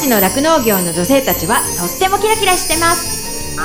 勝の酪農業の女性たちはとってもキラキラしてます。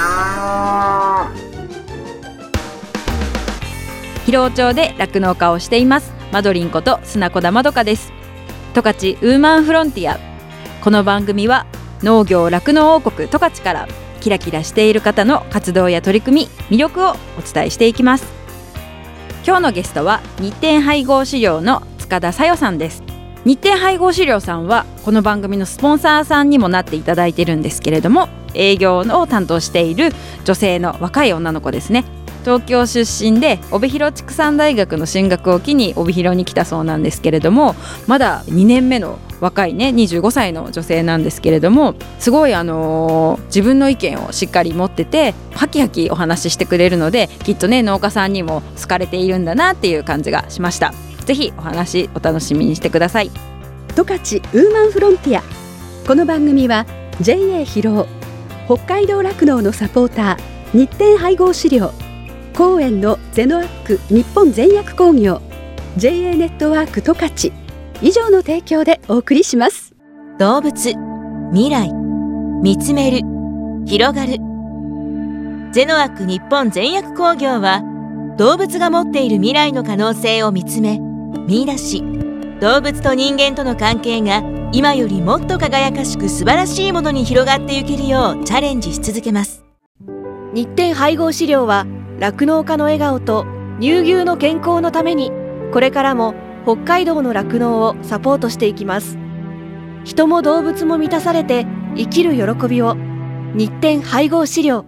広尾町で酪農家をしていますマドリンこと砂子田まどかです。十勝ウーマンフロンティア。この番組は農業酪農王国十勝からキラキラしている方の活動や取り組み、魅力をお伝えしていきます。今日のゲストは日展配合飼料の塚田紗代さんです。日展配合飼料さんはこの番組のスポンサーさんにもなっていただいているんですけれども、営業を担当している女性の若い女の子ですね。東京出身で帯広畜産大学の進学を機に帯広に来たそうなんですけれども、まだ2年目の若いね25歳の女性なんですけれども、すごい自分の意見をしっかり持っててハキハキお話ししてくれるので、きっとね農家さんにも好かれているんだなっていう感じがしました。ぜひお話お楽しみにしてください。 十勝ウーマンフロンティア。この番組は JA 広尾、北海道酪農のサポーター日展配合飼料、公園のゼノアック日本全薬工業、 JA ネットワーク十勝以上の提供でお送りします。 動物、未来、見つめる、広がる。ゼノアック日本全薬工業は動物が持っている未来の可能性を見つめ見出し、動物と人間との関係が今よりもっと輝かしく素晴らしいものに広がっていけるようチャレンジし続けます。 日展配合飼料は酪農家の笑顔と乳牛の健康のために、これからも北海道の酪農をサポートしていきます。人も動物も満たされて生きる喜びを。日展配合飼料。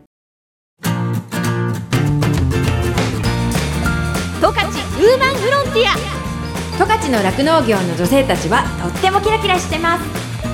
十勝ウーマンフロンティア。十勝の酪農業の女性たちはとってもキラキラしてます。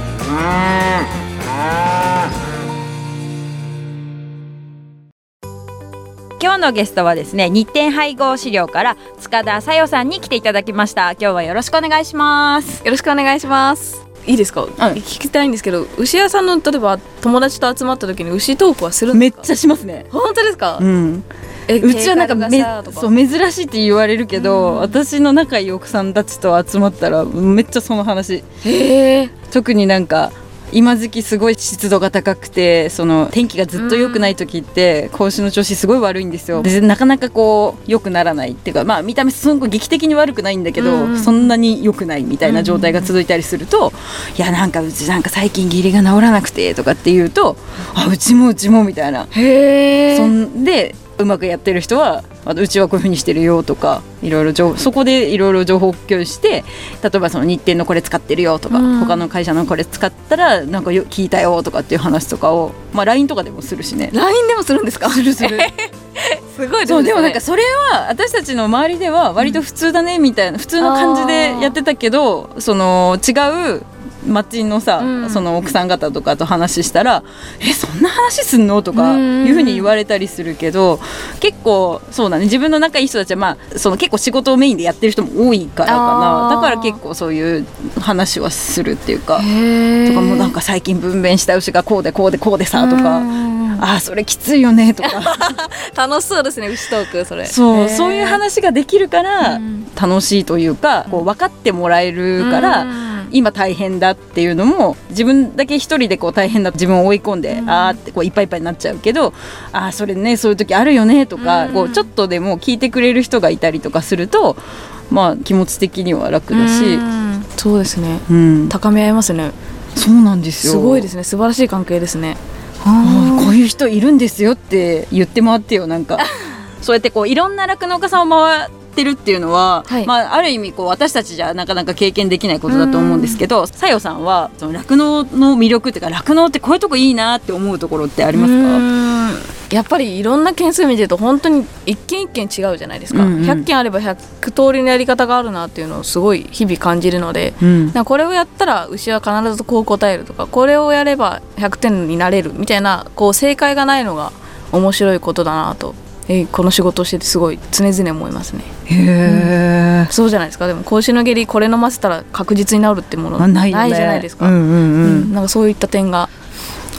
今日のゲストはですね、日展配合飼料から塚田紗代さんに来ていただきました。今日はよろしくお願いします。 よろしくお願いします。いいですか、聞きたいんですけど、牛屋さんの例えば友達と集まった時に牛トークはするんですか？ めっちゃしますね。 本当ですか？ うちはなんかそう珍しいって言われるけど、私の仲いい奥さんたちと集まったらめっちゃその話。特になんか今時期すごい湿度が高くて、その天気がずっと良くない時って子牛の調子すごい悪いんですよ。でなかなかこう良くならないっていうか、まあ見た目すごい劇的に悪くないんだけど、そんなに良くないみたいな状態が続いたりすると、いやなんかうちなんか最近義理が治らなくてとかって言うと、あうちもみたいな。そんでうまくやってる人はうちはこういう風にしてるよとか、いろいろそこでいろいろ情報共有して、例えばその日展のこれ使ってるよとか、他の会社のこれ使ったらなんか聞いたよとかっていう話とかを、まあ LINE とかでもするしね。 LINE でもするんですか？するすごいですね。 そうでもなんかそれは私たちの周りでは割と普通だねみたいな、普通の感じでやってたけど、その違う町のさ、その奥さん方とかと話したら、そんな話すんのとかいう風に言われたりするけど、結構そうだね、自分の仲いい人たちは、まあ、その結構仕事をメインでやってる人も多いからかな。だから結構そういう話はするっていうか、とかもなんか最近分娩した牛がこうでこうでこうでさとか、あそれきついよねとか楽しそうですね、牛トーク。それそういう話ができるから楽しいというか、こう分かってもらえるから、今大変だっていうのも自分だけ一人でこう大変だと自分を追い込んで、あーってこういっぱいいっぱいになっちゃうけど、あそれねそういう時あるよねとか、こうちょっとでも聞いてくれる人がいたりとかすると、まあ気持ち的には楽だし。 そうですね、高め合いますね。 そうなんですよ。 すごいですね、素晴らしい関係ですね。 こういう人いるんですよって言って回ってよ。なんかそうやってこういろんな酪農家さんを回ってるっていうのは、まあ、ある意味こう私たちじゃなかなか経験できないことだと思うんですけど、紗代さんはその酪農の魅力っていうか、酪農ってこういうとこいいなって思うところってありますか？ やっぱりいろんな件数見てると本当に一件一件違うじゃないですか。100件あれば100通りのやり方があるなっていうのをすごい日々感じるので、これをやったら牛は必ずこう答えるとか、これをやれば100点になれるみたいな、こう正解がないのが面白いことだなと、この仕事をしててすごい常々思いますね。そうじゃないですか。でも子牛の下痢これ飲ませたら確実に治るってものないじゃないですか。なんかそういった点が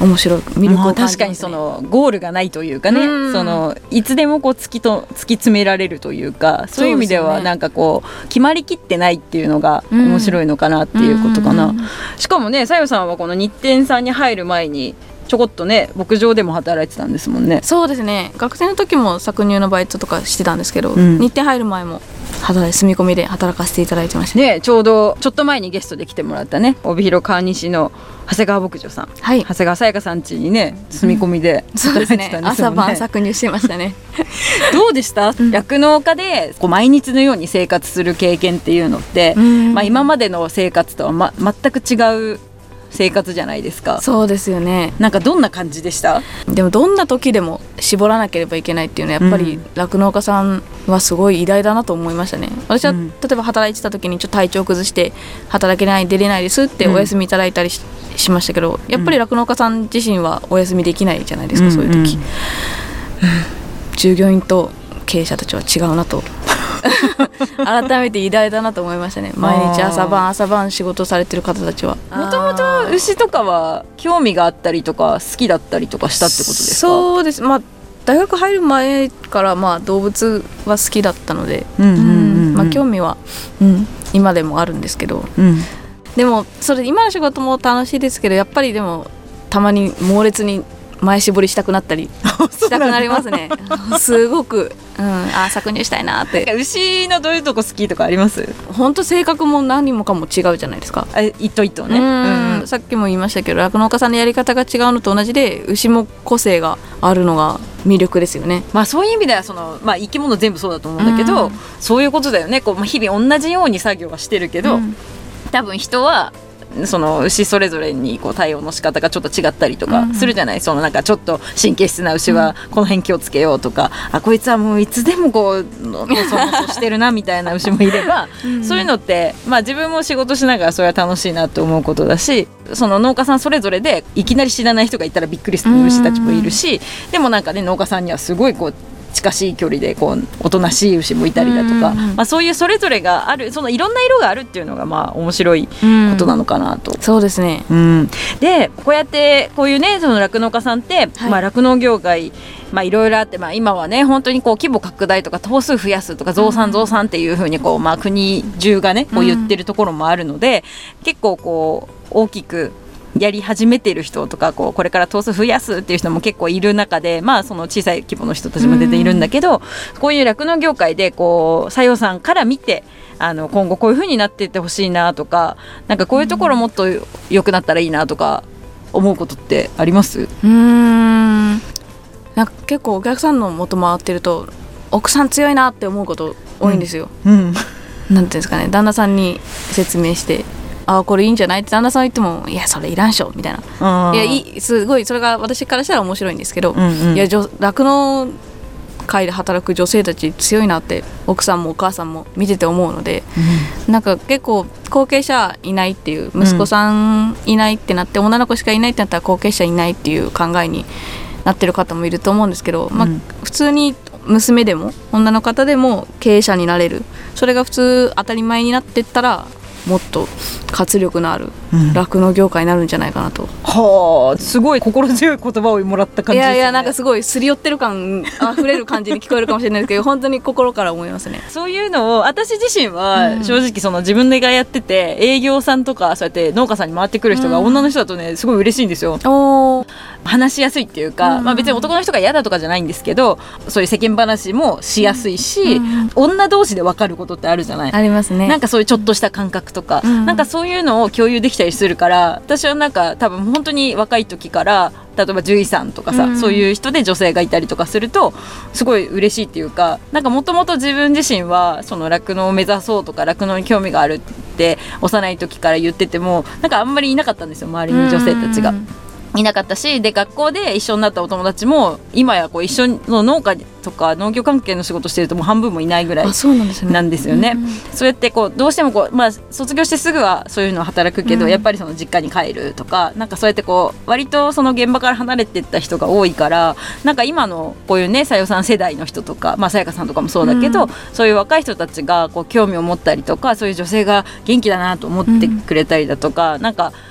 面白い魅力を感じますね。 確かにそのゴールがないというかね、そのいつでもこう突き詰められるというか、そういう意味ではなんかこう決まりきってないっていうのが面白いのかなっていうことかな。しかもね、さよさんはこの日展さんに入る前にちょこっとね牧場でも働いてたんですもんね。 そうですね、学生の時も搾乳のバイトとかしてたんですけど、日展入る前も住み込みで働かせていただいてましたね。ちょっと前にゲストで来てもらったね、帯広川西の長谷川牧場さん、長谷川さやかさん家にね住み込みで働いてたんですよね。 朝晩搾乳してましたねどうでした？酪農家でこう毎日のように生活する経験っていうのって、今までの生活とは、全く違う生活じゃないですか。 そうですよね。 なんかどんな感じでした？ でもどんな時でも絞らなければいけないっていうのはやっぱり酪農家さんはすごい偉大だなと思いましたね。私は例えば働いてた時にちょっと体調崩して働けない出れないですってお休みいただいたり しましたけど、やっぱり酪農家さん自身はお休みできないじゃないですか、そういう時、従業員と経営者たちは違うなと改めて偉大だなと思いましたね。毎日朝晩仕事されてる方たちは。 もともと牛とかは興味があったりとか好きだったりとかしたってことですか？ そうです、大学入る前から動物は好きだったので、興味は、今でもあるんですけど、でもそれ今の仕事も楽しいですけど、やっぱりでもたまに猛烈に前絞りしたくなったりしたくなりますねすごく、搾乳したいなって。 牛のどういうとこ好きとかあります？ 本当性格も何もかも違うじゃないですか。 一頭一頭ね、 さっきも言いましたけど酪農家さんのやり方が違うのと同じで、牛も個性があるのが魅力ですよね。 そういう意味では生き物全部そうだと思うんだけど、そういうことだよね。こう、日々同じように作業はしてるけど、多分人はその牛それぞれにこう対応の仕方がちょっと違ったりとかするじゃない、そのなんかちょっと神経質な牛はこの辺気をつけようとか、こいつはもういつでもこうのそしてるなみたいな牛もいればそういうのって、自分も仕事しながらそれは楽しいなと思うことだし、その農家さんそれぞれでいきなり知らない人がいたらびっくりする牛たちもいるし、でもなんかね、農家さんにはすごいこう近しい距離でこうおとなしい牛もいたりだとか、そういうそれぞれがある、そのいろんな色があるっていうのが面白いことなのかなと。 そうですね、 でこうやってこういうね、その酪農家さんって、酪農業界いろいろあって、今はね本当にこう規模拡大とか頭数増やすとか増産っていう風にこう、国中がねこう言ってるところもあるので、結構こう大きくやり始めている人とか、これから頭数増やすっていう人も結構いる中で、その小さい規模の人たちも出ているんだけど、こういう酪農業界でこうさよさんから見て今後こういう風になっていってほしいなとか、なんかこういうところもっと良くなったらいいなとか思うことってあります？ なんか結構お客さんの元回ってると奥さん強いなって思うこと多いんですよ、なんていうんですかね、旦那さんに説明してこれいいんじゃないって旦那さん言っても、いやそれいらんしょみたいな、すごいそれが私からしたら面白いんですけど、いや酪農界で働く女性たち強いなって奥さんもお母さんも見てて思うので、なんか結構後継者いないっていう、息子さんいないってなって、女の子しかいないってなったら後継者いないっていう考えになってる方もいると思うんですけど、普通に娘でも女の方でも経営者になれる、それが普通当たり前になってったらもっと活力のある酪農業界になるんじゃないかなと、 すごい心強い言葉をもらった感じですね。 いやなんかすごいすり寄ってる感あふれる感じに聞こえるかもしれないですけど本当に心から思いますね。 そういうのを私自身は正直その自分がやってて、営業さんとかそうやって農家さんに回ってくる人が女の人だとねすごい嬉しいんですよ。話しやすいっていうか、別に男の人が嫌だとかじゃないんですけど、そういう世間話もしやすいし、女同士で分かることってあるじゃない。 ありますね。 なんかそういうちょっとした感覚とか、なんかそういうのを共有できたりするから、私はなんか多分本当に若い時から例えば獣医さんとかさ、そういう人で女性がいたりとかするとすごい嬉しいっていうか、なんかもともと自分自身はその酪農を目指そうとか酪農に興味があるって幼い時から言ってても、なんかあんまりいなかったんですよ、周りに女性たちが。いなかったし、で学校で一緒になったお友達も今やこう一緒の農家とか農業関係の仕事してるともう半分もいないぐらいなんですよね。そうやってこうどうしてもこう、卒業してすぐはそういうのを働くけど、やっぱりその実家に帰るとか、なんかそうやってこう割とその現場から離れていった人が多いから、なんか今のこういうねさよさん世代の人とか、さやかさんとかもそうだけど、そういう若い人たちがこう興味を持ったりとか、そういう女性が元気だなと思ってくれたりだとか、なんか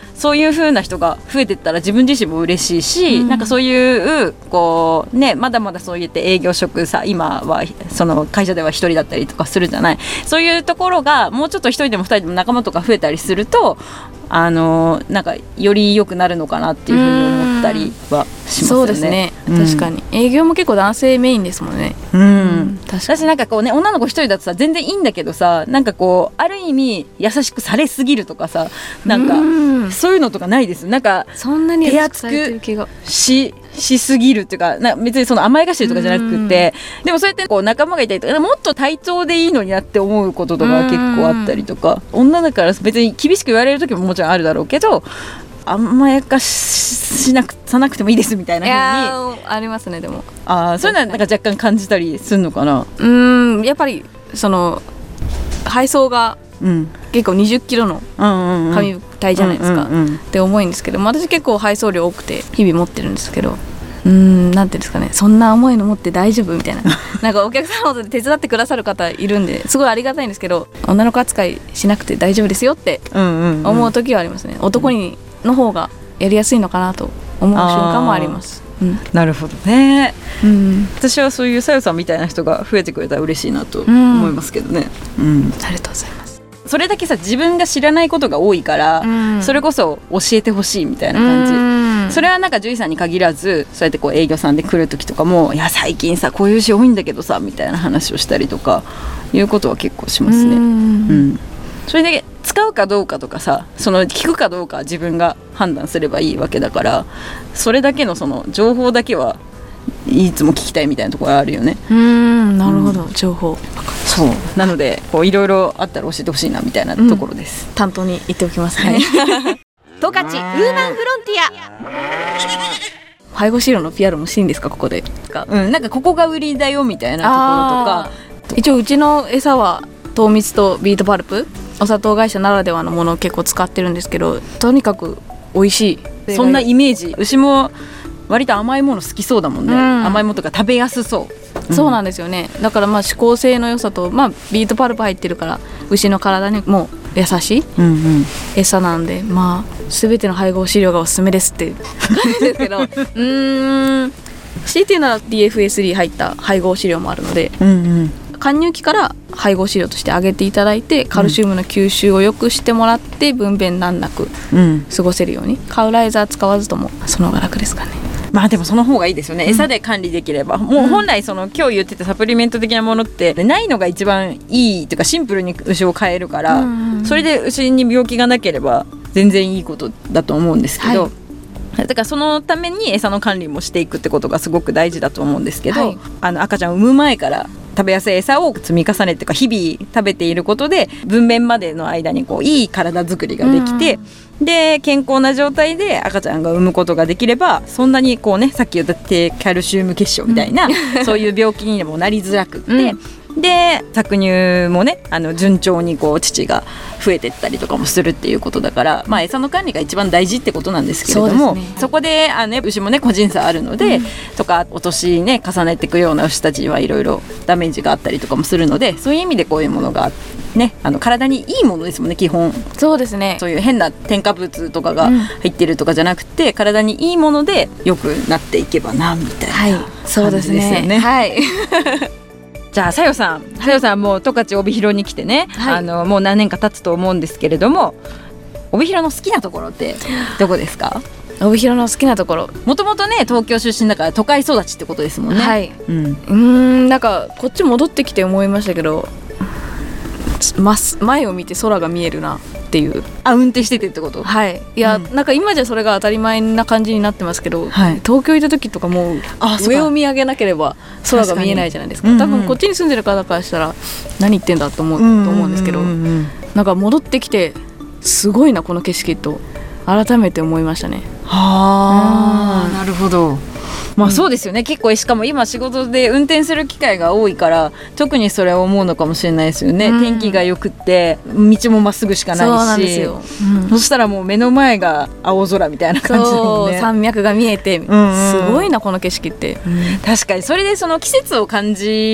そういう風な人が増えてったら自分自身も嬉しいし、なんかそういうこうね、まだまだそう言って営業職さ、今はその会社では一人だったりとかするじゃない。そういうところがもうちょっと一人でも二人でも仲間とか増えたりすると、なんかより良くなるのかなっていうふうに思ったりはしますよね。 そうですね、確かに営業も結構男性メインですもんね。確かに。 私なんかこうね、女の子一人だとさ全然いいんだけどさ、なんかこうある意味優しくされすぎるとかさ、なんかそういうのとかないです。なんかそんなに手厚くしすぎるっていうか、別にその甘やかしてるとかじゃなくて、でもそうやってこう仲間がいたりとか、もっと対等でいいのになって思うこととか結構あったりとか、女だから別に厳しく言われる時ももちろんあるだろうけど、甘やかさなくてもいいですみたいな風にありますね。でもそういうのはなんか若干感じたりするのかな。 やっぱりその配送が結構20キロの紙体じゃないですかって重いんですけど、私結構配送量多くて日々持ってるんですけど、なんていうんですかね、そんな重いの持って大丈夫みたいななんかお客様で手伝ってくださる方いるんですごいありがたいんですけど、女の子扱いしなくて大丈夫ですよって思う時はありますね。男の方がやりやすいのかなと思う瞬間もあります。 なるほどね。私はそういうさよさんみたいな人が増えてくれたら嬉しいなと思いますけどね。 ありがとうございます。 それだけさ、自分が知らないことが多いから、それこそ教えてほしいみたいな感じ。それはなんか獣医さんに限らず、そうやってこう営業さんで来る時とかも、いや最近さこういう詩多いんだけどさみたいな話をしたりとかいうことは結構しますね。それで使うかどうかとかさ、その聞くかどうか自分が判断すればいいわけだから、それだけのその情報だけはいつも聞きたいみたいなところあるよね。 なるほど、情報。 そうなのでこういろいろあったら教えてほしいなみたいなところです。 担当に言っておきますね。 十勝ウーマンフロンティア。 配合資料の PR もしていいんですか、ここで。 なんかここが売りだよみたいなところとか。 一応うちの餌は糖蜜とビートパルプ、お砂糖会社ならではのものを結構使ってるんですけど、とにかく美味しい、 そんなイメージ。牛も割と甘いもの好きそうだもんね。甘いものとか食べやすそう。 そうなんですよね。だから指向性の良さと、ビートパルプ入ってるから牛の体にも優しい餌なんで、全ての配合飼料がおすすめですっていう感じですけどCT なら DFSD 入った配合飼料もあるので、貫入期から配合飼料としてあげていただいて、カルシウムの吸収を良くしてもらって分娩難なく過ごせるように、カウライザー使わずともその方が楽ですかね。 でもその方がいいですよね。餌で管理できれば、もう本来その今日言ってたサプリメント的なものってないのが一番いいというか、シンプルに牛を飼えるから、それで牛に病気がなければ全然いいことだと思うんですけど、だからそのために餌の管理もしていくってことがすごく大事だと思うんですけど、赤ちゃんを産む前から食べやすい餌を積み重ねてか日々食べていることで、分娩までの間にこういい体作りができて、で健康な状態で赤ちゃんが産むことができれば、そんなにこうね、さっき言った低カルシウム結晶みたいなそういう病気にもなりづらくって、で搾乳もね、順調にこう乳が増えてったりとかもするっていうことだから、餌の管理が一番大事ってことなんですけれども、 そこで牛もね個人差あるので、とかお年ね重ねていくような牛たちはいろいろダメージがあったりとかもするので、そういう意味でこういうものがね、体にいいものですもんね、基本。 そうですね。 そういう変な添加物とかが入ってるとかじゃなくて、体にいいもので良くなっていけばなみたいな感じですよね。じゃあさよさんもう十勝帯広に来てね、もう何年か経つと思うんですけれども、帯広の好きなところってどこですか？ 帯広の好きなところ、 もともとね東京出身だから都会育ちってことですもんね。 なんかこっち戻ってきて思いましたけど、前を見て空が見えるなっていう。 運転しててってこと？ いや、なんか今じゃそれが当たり前な感じになってますけど、東京いた時とかもう上を見上げなければ空が見えないじゃないですか。多分こっちに住んでる方からしたら何言ってんだと思うんですけど、なんか戻ってきてすごいなこの景色と改めて思いましたね。 なるほど。そうですよね。結構しかも今仕事で運転する機会が多いから特にそれを思うのかもしれないですよね。天気が良くって道もまっすぐしかないし、 そうなんですよ。 そしたらもう目の前が青空みたいな感じだもんね。 山脈が見えて、すごいなこの景色って。 確かにそれでその季節を感じ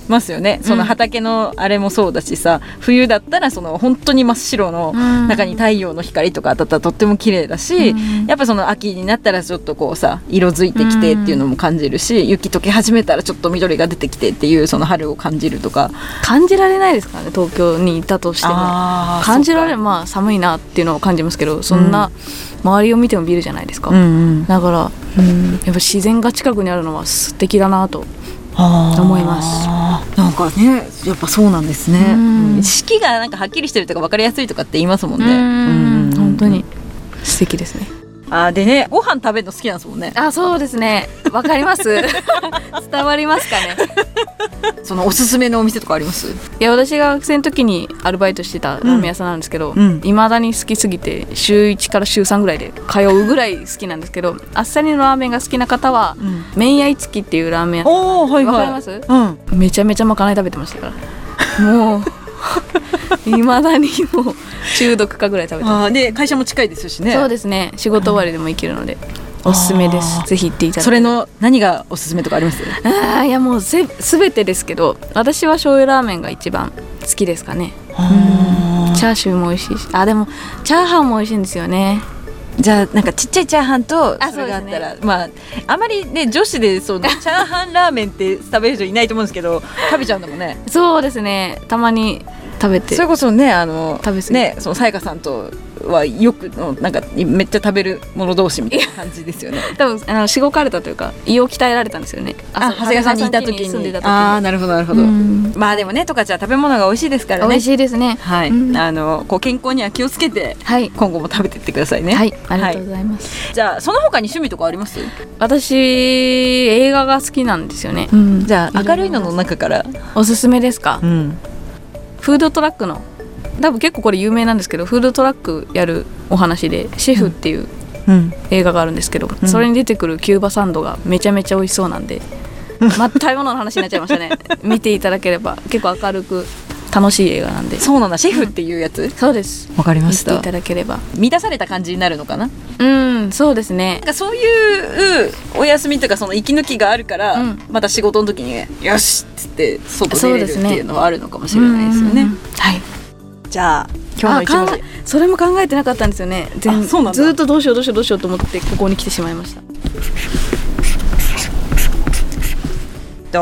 ますよね。その畑のあれもそうだしさ、冬だったらその本当に真っ白の中に太陽の光とか当たったらとっても綺麗だし、やっぱその秋になったらちょっとこうさ色づいてきてっていうのも感じるし、雪溶け始めたらちょっと緑が出てきてっていうその春を感じるとか感じられないですからね。東京にいたとしても感じられる、まあ寒いなっていうのを感じますけど、そんな周りを見てもビルじゃないですか、だから、やっぱ自然が近くにあるのは素敵だなと思います。 なんかね、やっぱそうなんですね。四季がなんかはっきりしてるとか分かりやすいとかって言いますもんね。 本当に素敵ですね。 でね、ご飯食べるの好きなんですもんね。 そうですね、わかります伝わりますかね。 そのおすすめのお店とかあります？ いや、私が学生の時にアルバイトしてたラーメン屋さんなんですけど、未だに好きすぎて週1から週3ぐらいで通うぐらい好きなんですけど、あっさりのラーメンが好きな方は、麺屋いつきっていうラーメン屋さん、わかります？めちゃめちゃまかない食べてましたからもう未だにもう中毒かぐらい食べてます。 で会社も近いですしね。 そうですね、仕事終わりでも行けるのでおすすめです。ぜひ行っていただいて。 それの何がおすすめとかあります？ いや、もう全てですけど、私は醤油ラーメンが一番好きですかね。チャーシューも美味しいし、でもチャーハンも美味しいんですよね。 じゃあなんかちっちゃいチャーハンとそれがあったら、あまりね女子でそのチャーハンラーメンって食べる人いないと思うんですけど食べちゃうんだもんね。 そうですね、たまに食べて、 それこそね食べ過ぎね、そのさやかさんとはよくなんかめっちゃ食べる者同士みたいな感じですよね。 多分しごかれたというか胃を鍛えられたんですよね。 長谷川さんにいた時に住んでた時に。なるほどなるほど。まあでもね、十勝は食べ物が美味しいですからね。 美味しいですね。 はい、こう健康には気をつけて、今後も食べていってくださいね。 はい、ありがとうございます。 じゃあその他に趣味とかあります？ 私映画が好きなんですよね。 じゃあ明るいのの中からおすすめですか？フードトラックの、多分結構これ有名なんですけど、フードトラックやるお話でシェフっていう映画があるんですけど、それに出てくるキューバサンドがめちゃめちゃ美味しそうなんで、食べ物の話になっちゃいましたね。見ていただければ結構明るく楽しい映画なんで。 そうなんだ、シェフっていうやつ？ そうです。 わかりました。 見ていただければ満たされた感じになるのかな。 そうですね。 なんかそういうお休みとかその息抜きがあるから、また仕事の時によしっつって外出れるっていうのはあるのかもしれないですよね。はい。じゃあ今日の一文字、 それも考えてなかったんですよね。 そうなんだ。 ずっとどうしようと思ってここに来てしまいました。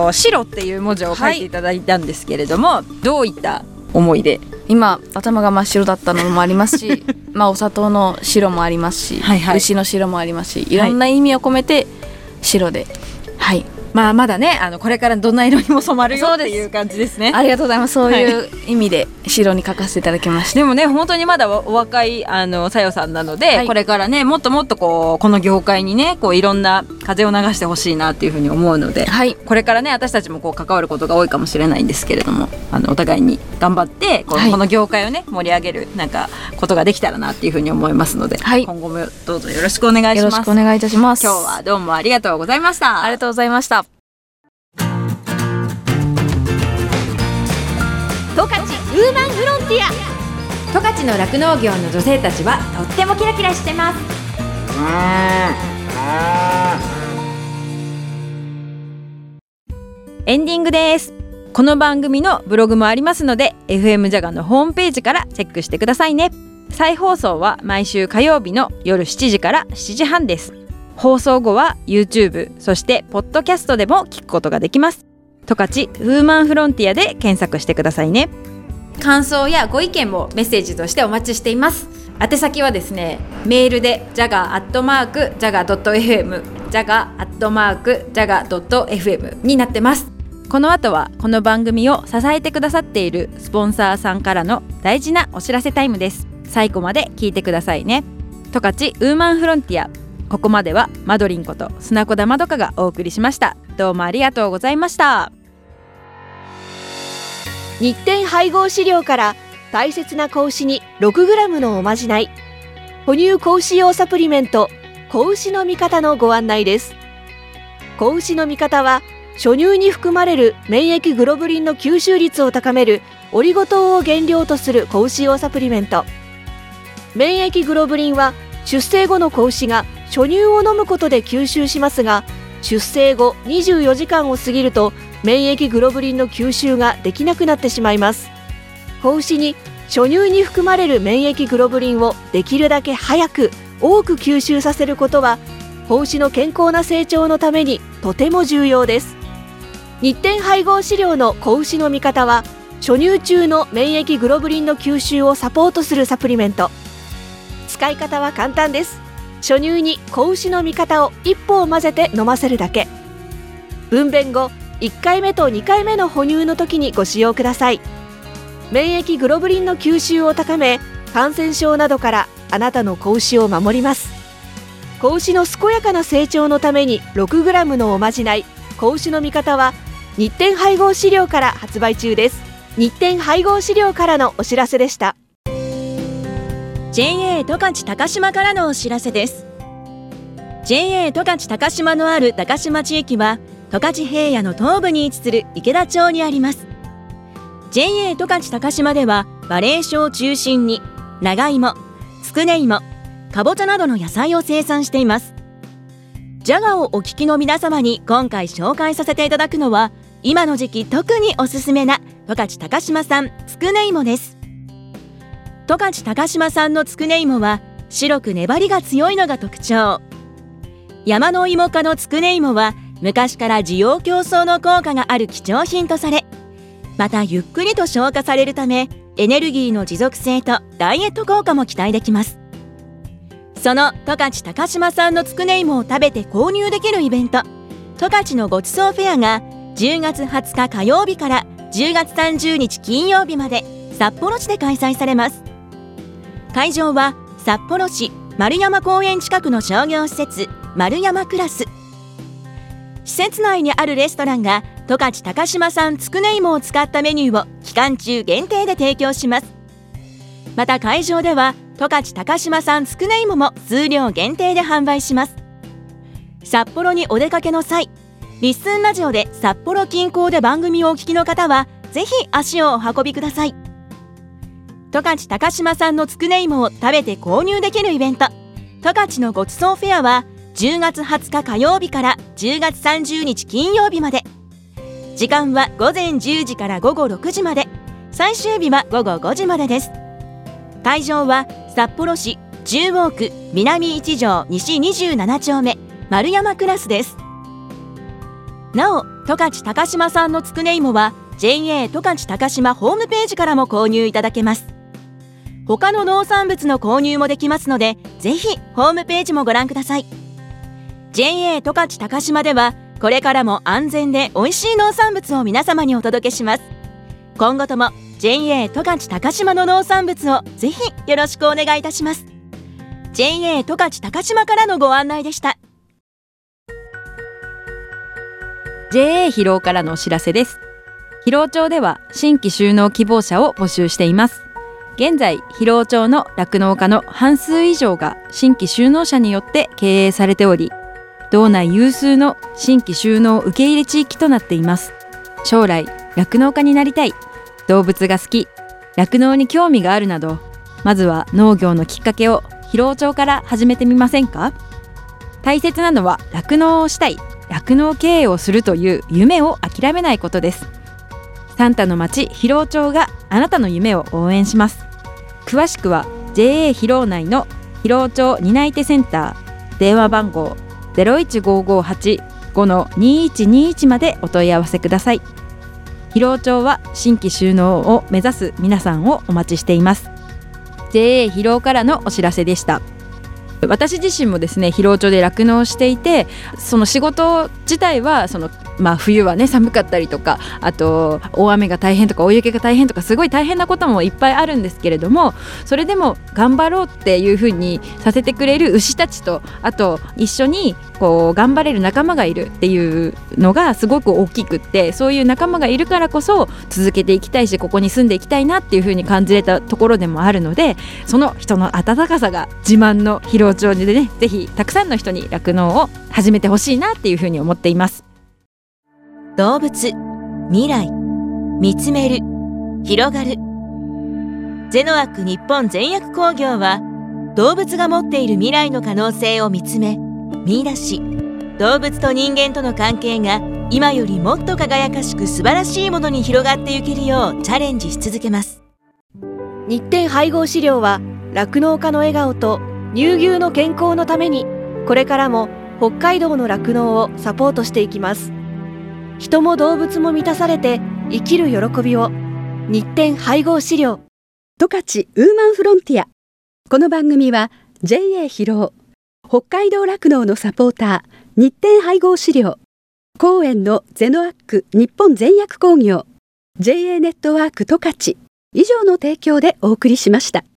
白っていう文字を書いていただいたんですけれども、どういった思いで？ 今頭が真っ白だったのもありますしお砂糖の白もありますし、牛の白もありますし、いろんな意味を込めて白で、 まだね、これからどんな色にも染まるよっていう感じですね。 ありがとうございます。そういう意味で白に書かせていただきました。 でもね、本当にまだお若いさよさんなので、これからねもっともっとこの業界にねいろんな風を流してほしいなっていうふうに思うので、これからね私たちも関わることが多いかもしれないんですけれども、お互いに頑張ってこの業界をね盛り上げるなんかことができたらなっていうふうに思いますので、今後もどうぞよろしくお願いします。 よろしくお願いいたします。 今日はどうもありがとうございました。 ありがとうございました。 十勝ウーマンフロンティア。十勝の酪農業の女性たちはとってもキラキラしてます。 エンディングです。この番組のブログもありますので FM ジャガのホームページからチェックしてくださいね。再放送は毎週火曜日の夜7時から7時半です。放送後は YouTube そしてポッドキャストでも聞くことができます。十勝ウーマンフロンティアで検索してくださいね。 感想やご意見もメッセージとしてお待ちしています。宛先はですね、メールで jaga@jaga.fm jaga@jaga.fm になってます。 この後はこの番組を支えてくださっているスポンサーさんからの大事なお知らせタイムです。最後まで聞いてくださいね。十勝ウーマンフロンティア、ここまではマドリンこと砂子田まどかがお送りしました。どうもありがとうございました。 日展配合飼料から大切な子牛に 6g のおまじない、哺乳子牛用サプリメント子牛の味方のご案内です。子牛の味方は初乳に含まれる免疫グロブリンの吸収率を高めるオリゴ糖を原料とする子牛用サプリメント。免疫グロブリンは出生後の子牛が初乳を飲むことで吸収しますが、出生後24時間を過ぎると免疫グロブリンの吸収ができなくなってしまいます。子牛に初乳に含まれる免疫グロブリンをできるだけ早く多く吸収させることは子牛の健康な成長のためにとても重要です。日展配合飼料の子牛の味方は初乳中の免疫グロブリンの吸収をサポートするサプリメント。使い方は簡単です。初乳に子牛の味方を1本混ぜて飲ませるだけ。分娩後1回目と2回目の哺乳の時にご使用ください。免疫グロブリンの吸収を高め、感染症などからあなたの子牛を守ります。子牛の健やかな成長のために 6g のおまじない子牛の味方は日展配合飼料から発売中です。日展配合飼料からのお知らせでした。 JA 十勝高島からのお知らせです。 JA 十勝高島のある高島地域は十勝平野の東部に位置する池田町にあります。 JA 十勝高島では馬鈴薯を中心に長芋、つくね芋、かぼちゃなどの野菜を生産しています。ジャガをお聞きの皆様に今回紹介させていただくのは今の時期特におすすめな十勝高島産つくね芋です。十勝高島産のつくね芋は白く粘りが強いのが特徴。山の芋科のつくね芋は昔から滋養強壮の効果がある貴重品とされ、またゆっくりと消化されるためエネルギーの持続性とダイエット効果も期待できます。その十勝高島産のつくね芋を食べて購入できるイベント、十勝のごちそうフェアが10月20日火曜日から10月30日金曜日まで札幌市で開催されます。会場は札幌市丸山公園近くの商業施設丸山クラス。施設内にあるレストランが十勝高島産つくね芋を使ったメニューを期間中限定で提供します。また会場では十勝高島産つくね芋も数量限定で販売します。札幌にお出かけの際、リッスンラジオで札幌近郊で番組をお聞きの方はぜひ足をお運びください。十勝高島産のつくね芋を食べて購入できるイベント、十勝のごちそうフェアは10月20日火曜日から10月30日金曜日まで。時間は午前10時から午後6時まで、最終日は午後5時までです。会場は札幌市中央区南1条西27丁目丸山クラスです。なお、十勝高島産のつくね芋は JA 十勝高島ホームページからも購入いただけます。他の農産物の購入もできますので、ぜひホームページもご覧ください。 JA 十勝高島ではこれからも安全で美味しい農産物を皆様にお届けします。今後とも JA 十勝高島の農産物をぜひよろしくお願いいたします。 JA 十勝高島からのご案内でした。 JA 広尾からのお知らせです。広尾町では新規就農希望者を募集しています。現在広尾町の酪農家の半数以上が新規就農者によって経営されており、道内有数の新規就農受け入れ地域となっています。将来酪農家になりたい、動物が好き、酪農に興味があるなど、まずは農業のきっかけを広尾町から始めてみませんか？大切なのは酪農をしたい、酪農経営をするという夢を諦めないことです。サンタの町広尾町があなたの夢を応援します。詳しくは JA 広尾内の広尾町担い手センター、電話番号 015585-2121 までお問い合わせください。広尾町は新規就農を目指す皆さんをお待ちしています。 JA 広尾からのお知らせでした。私自身もですね、広尾町で酪農をしていて、その仕事自体は冬はね寒かったりとか、あと大雨が大変とか大雪が大変とか、すごい大変なこともいっぱいあるんですけれども、それでも頑張ろうっていう風にさせてくれる牛たちと、あと一緒に頑張れる仲間がいるっていうのがすごく大きくって、そういう仲間がいるからこそ続けていきたいし、ここに住んでいきたいなっていう風に感じれたところでもあるので、その人の温かさが自慢の広尾町でね、ぜひたくさんの人に酪農を始めてほしいなっていう風に思っています。 動物、未来、見つめる、広がる。ゼノアック日本全薬工業は、動物が持っている未来の可能性を見つめ、見出し、動物と人間との関係が今よりもっと輝かしく素晴らしいものに広がっていけるようチャレンジし続けます。 日展配合飼料は酪農家の笑顔と乳牛の健康のためにこれからも北海道の酪農をサポートしていきます。人も動物も満たされて生きる喜びを。日展配合飼料。 十勝ウーマンフロンティア。この番組は JA 広尾北海道酪農のサポーター日展配合飼料、公園のゼノアック日本全薬工業、JA ネットワーク十勝以上の提供でお送りしました。